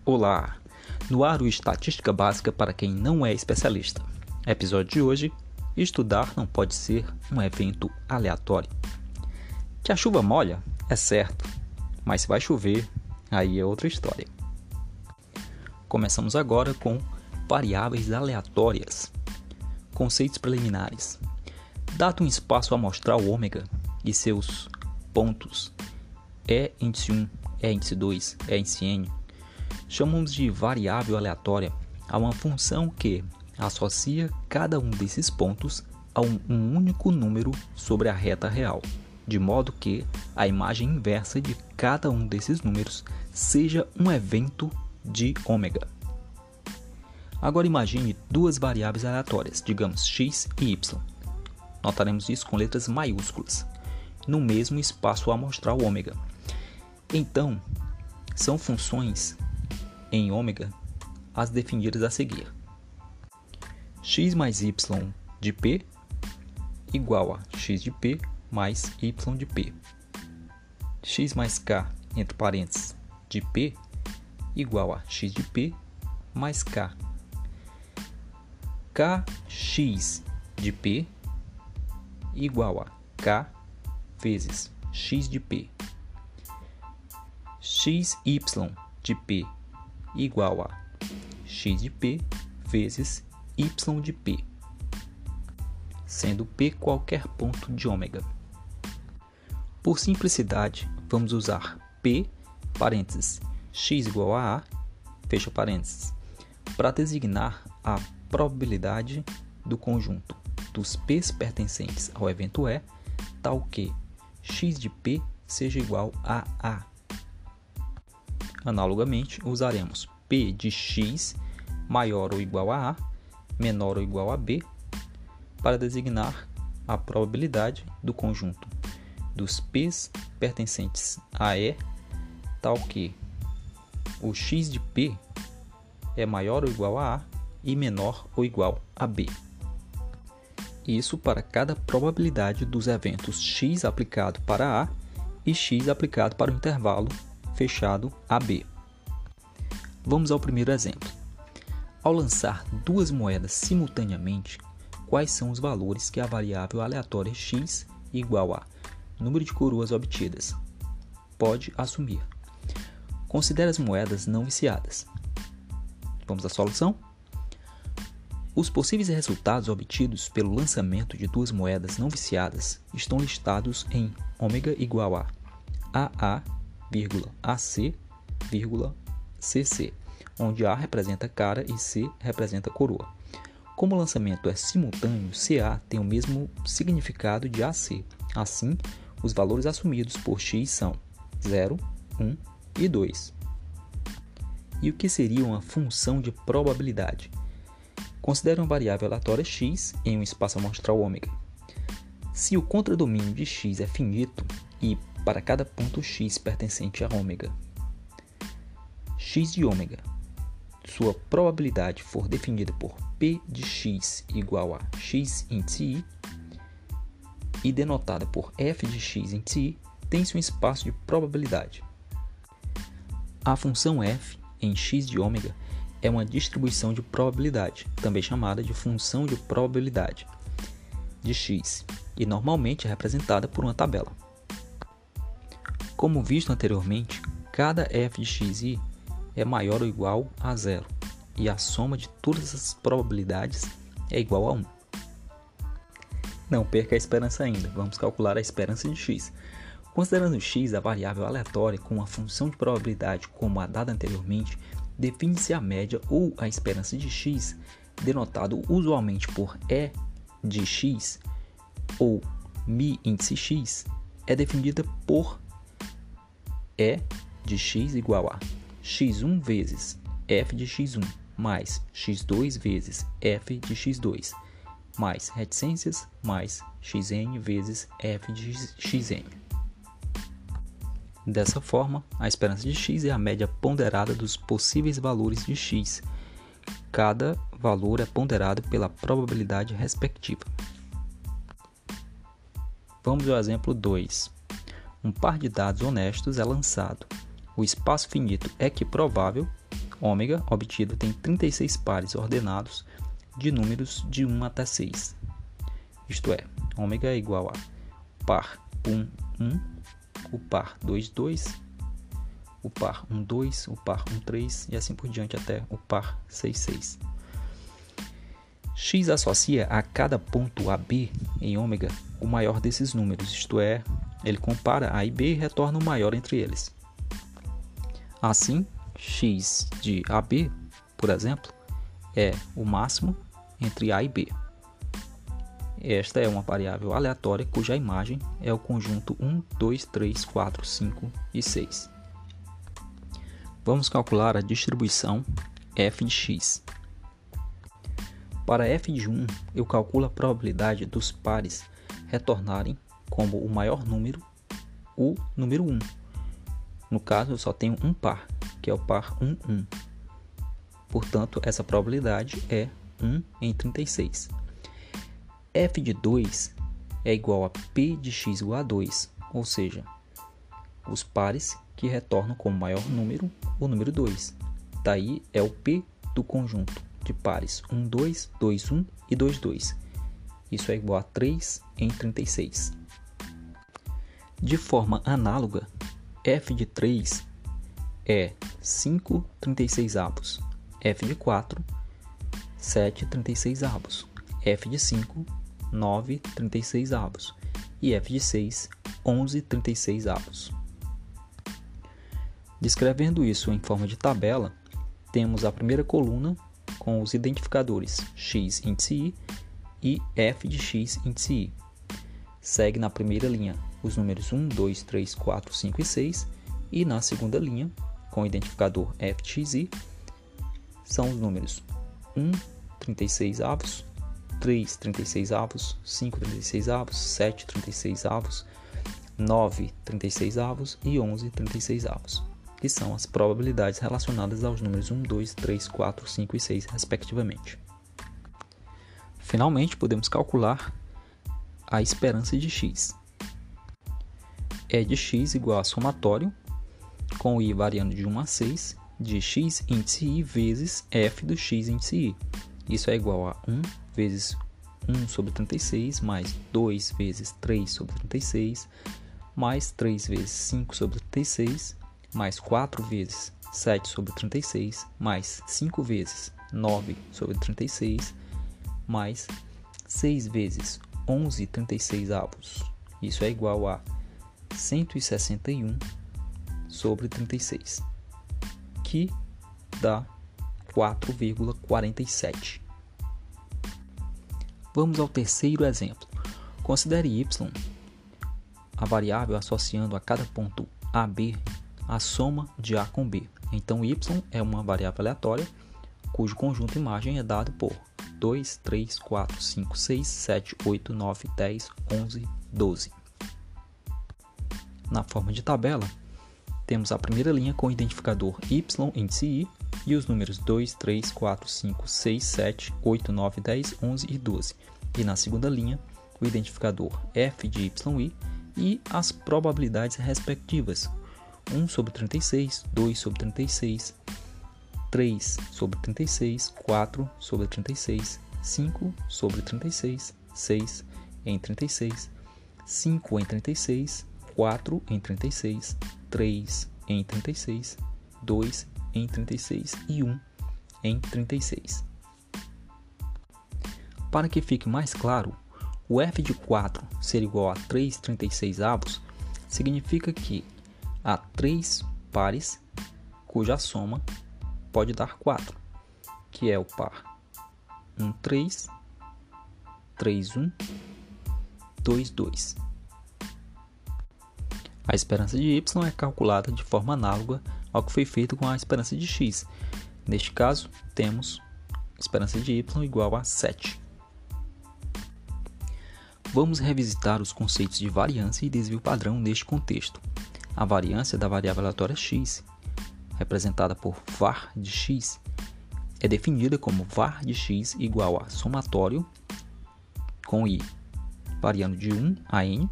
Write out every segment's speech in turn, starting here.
Olá! No ar o Estatística Básica para quem não é especialista. Episódio de hoje: estudar não pode ser um evento aleatório. Que a chuva molha, é certo, mas se vai chover, aí é outra história. Começamos agora com variáveis aleatórias. Conceitos preliminares. Dado um espaço amostral ômega e seus pontos E índice 1, E índice 2, E índice n, chamamos de variável aleatória a uma função que associa cada um desses pontos a um único número sobre a reta real, de modo que a imagem inversa de cada um desses números seja um evento de ômega. Agora imagine duas variáveis aleatórias, digamos x e y. Notaremos isso com letras maiúsculas, no mesmo espaço amostral ômega. Então, são funções em ômega as definidas a seguir. X mais y de p igual a x de p mais y de p. X mais k, entre parênteses, de p igual a x de p mais k. Kx de p igual a k vezes x de p. Xy de p igual a x de p vezes y de p, sendo p qualquer ponto de ômega. Por simplicidade, vamos usar p, parênteses, x igual a fecha parênteses, para designar a probabilidade do conjunto dos p's pertencentes ao evento E, tal que x de p seja igual a A. Analogamente, usaremos p de x maior ou igual a A, menor ou igual a B, para designar a probabilidade do conjunto dos p's pertencentes a E, tal que o x de p é maior ou igual a A e menor ou igual a B. Isso para cada probabilidade dos eventos x aplicado para A e x aplicado para o intervalo fechado AB. Vamos ao primeiro exemplo. Ao lançar duas moedas simultaneamente, quais são os valores que a variável aleatória x igual a número de coroas obtidas pode assumir? Considere as moedas não viciadas. Vamos à solução? Os possíveis resultados obtidos pelo lançamento de duas moedas não viciadas estão listados em ômega igual a AA, AC, CC, onde A representa cara e C representa coroa. Como o lançamento é simultâneo, CA tem o mesmo significado de AC. Assim, os valores assumidos por X são 0, 1 e 2. E o que seria uma função de probabilidade? Considere uma variável aleatória x em um espaço amostral ômega. Se o contradomínio de x é finito e para cada ponto x pertencente a ômega, x de ômega, sua probabilidade for definida por p de x igual a x índice i e denotada por f de x índice i, tem-se um espaço de probabilidade. A função f em x de ômega é uma distribuição de probabilidade, também chamada de função de probabilidade de x, e normalmente é representada por uma tabela. Como visto anteriormente, cada f de xi é maior ou igual a 0, e a soma de todas as probabilidades é igual a 1. Não perca a esperança ainda, vamos calcular a esperança de x. Considerando x a variável aleatória com uma função de probabilidade como a dada anteriormente, define-se a média ou a esperança de x, denotado usualmente por E de x ou μ índice x, é definida por E de x igual a x1 vezes f de x1 mais x2 vezes f de x2 mais reticências mais xn vezes f de xn. Dessa forma, a esperança de x é a média ponderada dos possíveis valores de x. Cada valor é ponderado pela probabilidade respectiva. Vamos ao exemplo 2. Um par de dados honestos é lançado. O espaço finito equiprovável, ômega obtido tem 36 pares ordenados de números de 1 até 6. Isto é, ômega é igual a par 1, 1, o par 2, 2, o par 1, 2, o par 1, 3 e assim por diante até o par 6, 6. X associa a cada ponto AB em ômega o maior desses números, isto é, ele compara A e B e retorna o maior entre eles. Assim, x de AB, por exemplo, é o máximo entre A e B. Esta é uma variável aleatória cuja imagem é o conjunto 1, 2, 3, 4, 5 e 6. Vamos calcular a distribuição f de x. Para f de 1, eu calculo a probabilidade dos pares retornarem como o maior número, o número 1. No caso, eu só tenho um par, que é o par 1, 1. Portanto, essa probabilidade é 1 em 36. f de 2 é igual a p de x igual a 2, ou seja, os pares que retornam como maior número, o número 2. Daí é o p do conjunto de pares 1, 2, 2, 1 e 2, 2. Isso é igual a 3 em 36. De forma análoga, f de 3 é 5 36avos, f de 4, 7 36avos, f de 5, 9 36avos e f de 6, 11 36avos. Descrevendo isso em forma de tabela, temos a primeira coluna com os identificadores x índice i e f de x índice i. Segue na primeira linha os números 1, 2, 3, 4, 5 e 6 e na segunda linha, com o identificador f de xi, são os números 1 36avos, 3 36avos, 5 36avos, 7 36avos, 9 36avos e 11 36avos, que são as probabilidades relacionadas aos números 1, 2, 3, 4, 5 e 6, respectivamente. Finalmente, podemos calcular a esperança de x. E de x igual a somatório, com i variando de 1 a 6, de x índice i vezes f do x índice i. Isso é igual a 1 vezes 1 sobre 36, mais 2 vezes 3 sobre 36, mais 3 vezes 5 sobre 36, mais 4 vezes 7 sobre 36, mais 5 vezes 9 sobre 36, mais 6 vezes 11 36avos. Isso é igual a 161 sobre 36, que dá 4,47. Vamos ao terceiro exemplo. Considere y, a variável associando a cada ponto AB a soma de A com B. Então, y é uma variável aleatória cujo conjunto imagem é dado por 2, 3, 4, 5, 6, 7, 8, 9, 10, 11, 12. Na forma de tabela, temos a primeira linha com o identificador y índice i e os números 2, 3, 4, 5, 6, 7, 8, 9, 10, 11 e 12. E na segunda linha, o identificador f de yi e as probabilidades respectivas. 1 sobre 36, 2 sobre 36, 3 sobre 36, 4 sobre 36, 5 sobre 36, 6 em 36, 5 em 36, 4 em 36, 3 em 36, 2 em 36 e 1 em 36. Para que fique mais claro, o f de 4 ser igual a 3 36avos significa que há 3 pares cuja soma pode dar 4, que é o par 1, 3, 3, 1, 2, 2. A esperança de y é calculada de forma análoga ao que foi feito com a esperança de x. Neste caso, temos a esperança de y igual a 7. Vamos revisitar os conceitos de variância e desvio padrão neste contexto. A variância da variável aleatória x, representada por var de x, é definida como var de x igual a somatório com i variando de 1 a n,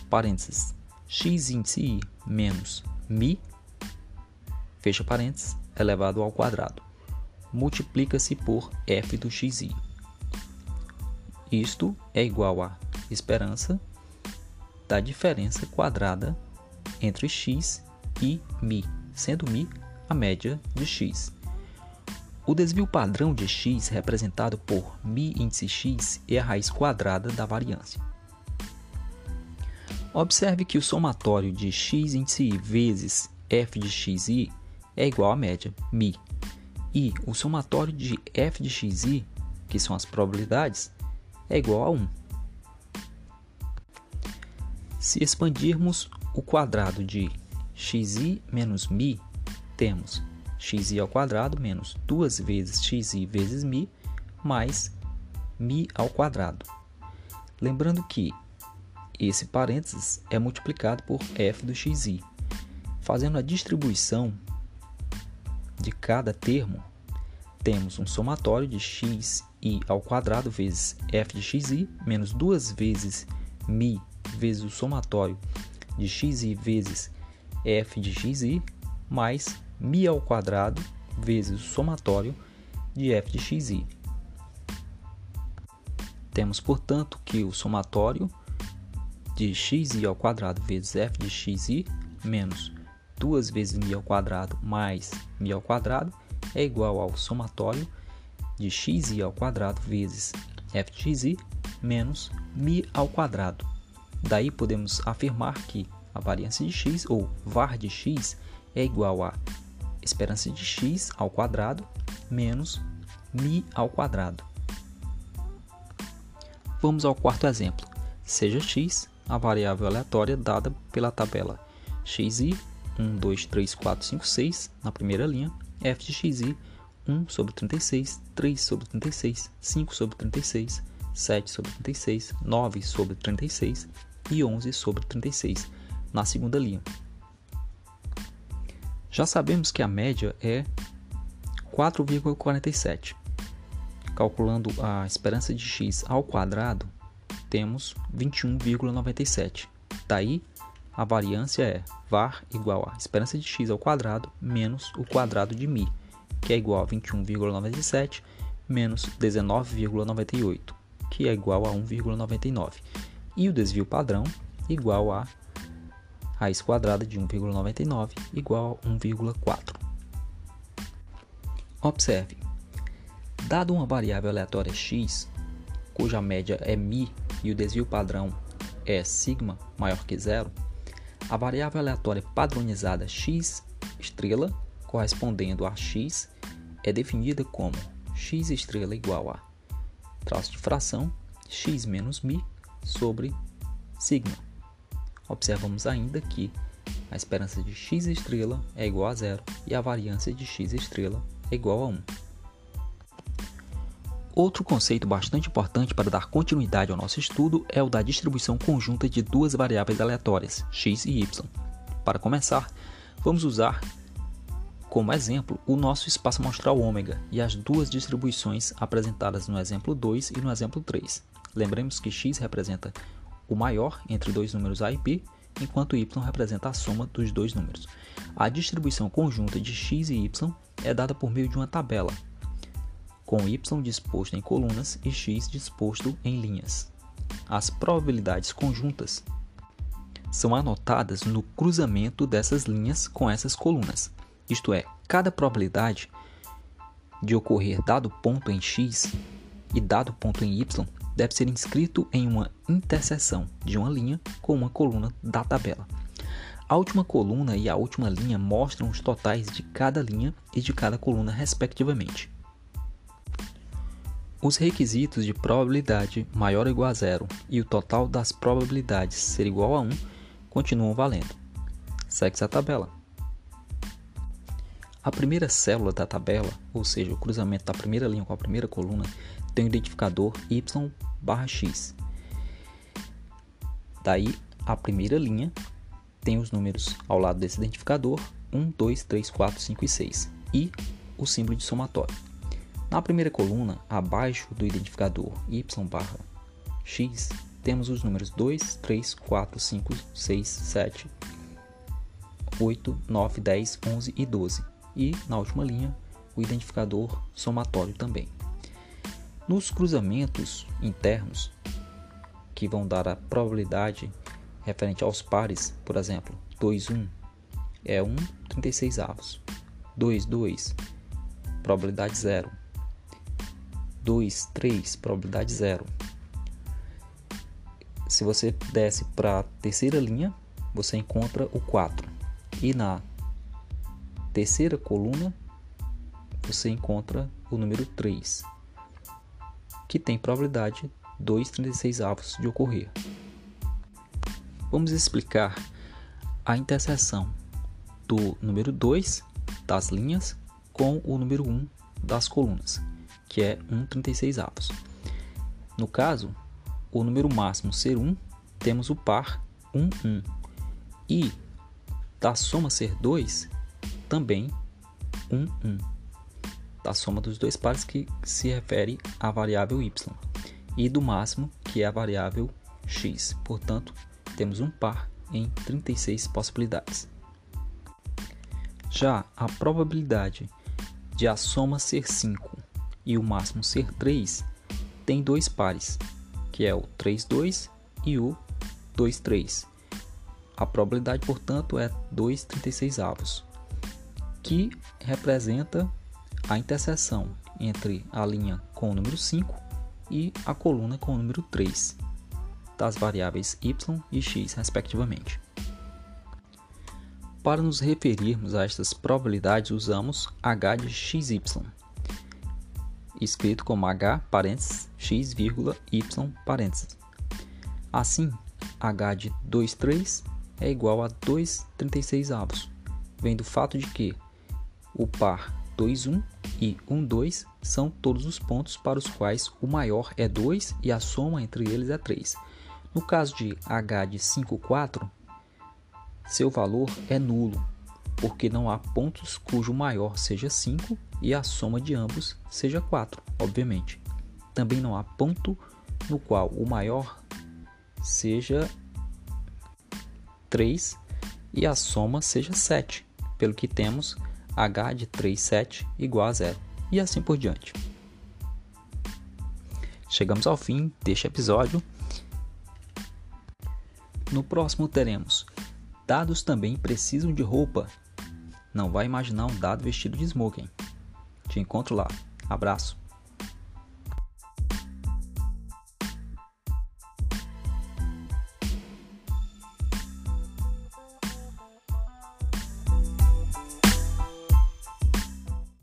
parênteses, x índice i menos mi, fecha parênteses, elevado ao quadrado multiplica-se por f do xi. Isto é igual à esperança da diferença quadrada entre x e μ, sendo μ a média de x. O desvio padrão de x, representado por μ índice x, é a raiz quadrada da variância. Observe que o somatório de x índice i vezes f de xi é igual à média, μ. E o somatório de f de xi, que são as probabilidades, é igual a 1. Se expandirmos o quadrado de xi menos μ, temos xi ao quadrado menos 2 vezes xi vezes μ, mais μ ao quadrado. Lembrando que esse parênteses é multiplicado por f do xi. Fazendo a distribuição de cada termo, temos um somatório de xi ao quadrado vezes f de xi menos 2 vezes μ vezes o somatório de xi vezes f de xi mais μ ao quadrado vezes o somatório de f de xi. Temos, portanto, que o somatório de xi ao quadrado vezes f de xi menos 2 vezes μ ao quadrado mais μ ao quadrado é igual ao somatório de xi ao quadrado vezes f de xi menos μ ao quadrado. Daí podemos afirmar que a variância de x, ou var de x, é igual a esperança de x ao quadrado menos μ ao quadrado. Vamos ao quarto exemplo. Seja x a variável aleatória dada pela tabela xi 1, 2, 3, 4, 5, 6 na primeira linha, f de xi 1 sobre 36, 3 sobre 36, 5 sobre 36, 7 sobre 36, 9 sobre 36 e 11 sobre 36 na segunda linha. Já sabemos que a média é 4,47. Calculando a esperança de x ao quadrado, temos 21,97. Daí, a variância é var igual a esperança de x ao quadrado menos o quadrado de μ, que é igual a 21,97 menos 19,98, que é igual a 1,99. E o desvio padrão igual a raiz quadrada de 1,99 igual a 1,4. Observe, dado uma variável aleatória x, cuja média é μ e o desvio padrão é sigma maior que zero, a variável aleatória padronizada x estrela, correspondendo a x, é definida como x estrela igual a traço de fração x menos μ sobre sigma. Observamos ainda que a esperança de x estrela é igual a zero e a variância de x estrela é igual a 1. Outro conceito bastante importante para dar continuidade ao nosso estudo é o da distribuição conjunta de duas variáveis aleatórias, x e y. Para começar, vamos usar como exemplo o nosso espaço amostral ômega e as duas distribuições apresentadas no exemplo 2 e no exemplo 3. Lembremos que x representa o maior entre dois números a e b, enquanto y representa a soma dos dois números. A distribuição conjunta de x e y é dada por meio de uma tabela, com y disposto em colunas e x disposto em linhas. As probabilidades conjuntas são anotadas no cruzamento dessas linhas com essas colunas. Isto é, cada probabilidade de ocorrer dado ponto em x e dado ponto em y deve ser inscrito em uma interseção de uma linha com uma coluna da tabela. A última coluna e a última linha mostram os totais de cada linha e de cada coluna, respectivamente. Os requisitos de probabilidade maior ou igual a zero e o total das probabilidades ser igual a 1 continuam valendo. Segue-se a tabela. A primeira célula da tabela, ou seja, o cruzamento da primeira linha com a primeira coluna, tem o identificador y/x. Daí, a primeira linha tem os números ao lado desse identificador 1, 2, 3, 4, 5 e 6 e o símbolo de somatório. Na primeira coluna, abaixo do identificador y/x, temos os números 2, 3, 4, 5, 6, 7, 8, 9, 10, 11 e 12. e, na última linha, o identificador somatório também. Nos cruzamentos internos, que vão dar a probabilidade referente aos pares, por exemplo, 2, 1 é 1 36avos, 2, 2, probabilidade 0, 2, 3, probabilidade 0. Se você desce para a terceira linha, você encontra o 4. E na terceira coluna, você encontra o número 3, que tem probabilidade 2 36avos de ocorrer. Vamos explicar a interseção do número 2 das linhas com o número 1 das colunas, que é 1 36avos. No caso, o número máximo ser 1, temos o par 1, 1. E da soma ser 2, também 1, 1. Da soma dos dois pares, que se refere à variável y. E do máximo, que é a variável x. Portanto, temos um par em 36 possibilidades. Já a probabilidade de a soma ser 5 e o máximo ser 3 tem dois pares, que é o 3, 2 e o 2, 3. A probabilidade, portanto, é 2 36avos, que representa a interseção entre a linha com o número 5 e a coluna com o número 3, das variáveis y e x, respectivamente. Para nos referirmos a estas probabilidades, usamos h de xy, escrito como h, parênteses, x, vírgula, y, parênteses. Assim, h de 2, 3 é igual a 2 36avos, vem do fato de que o par 2, 1 e 1, 2 são todos os pontos para os quais o maior é 2 e a soma entre eles é 3. No caso de h de 5, 4, seu valor é nulo, porque não há pontos cujo maior seja 5 e a soma de ambos seja 4, obviamente. Também não há ponto no qual o maior seja 3 e a soma seja 7, pelo que temos h de 3, 7 igual a 0, e assim por diante. Chegamos ao fim deste episódio. No próximo teremos: dados também precisam de roupa. Não vai imaginar um dado vestido de smoking. Te encontro lá. Abraço.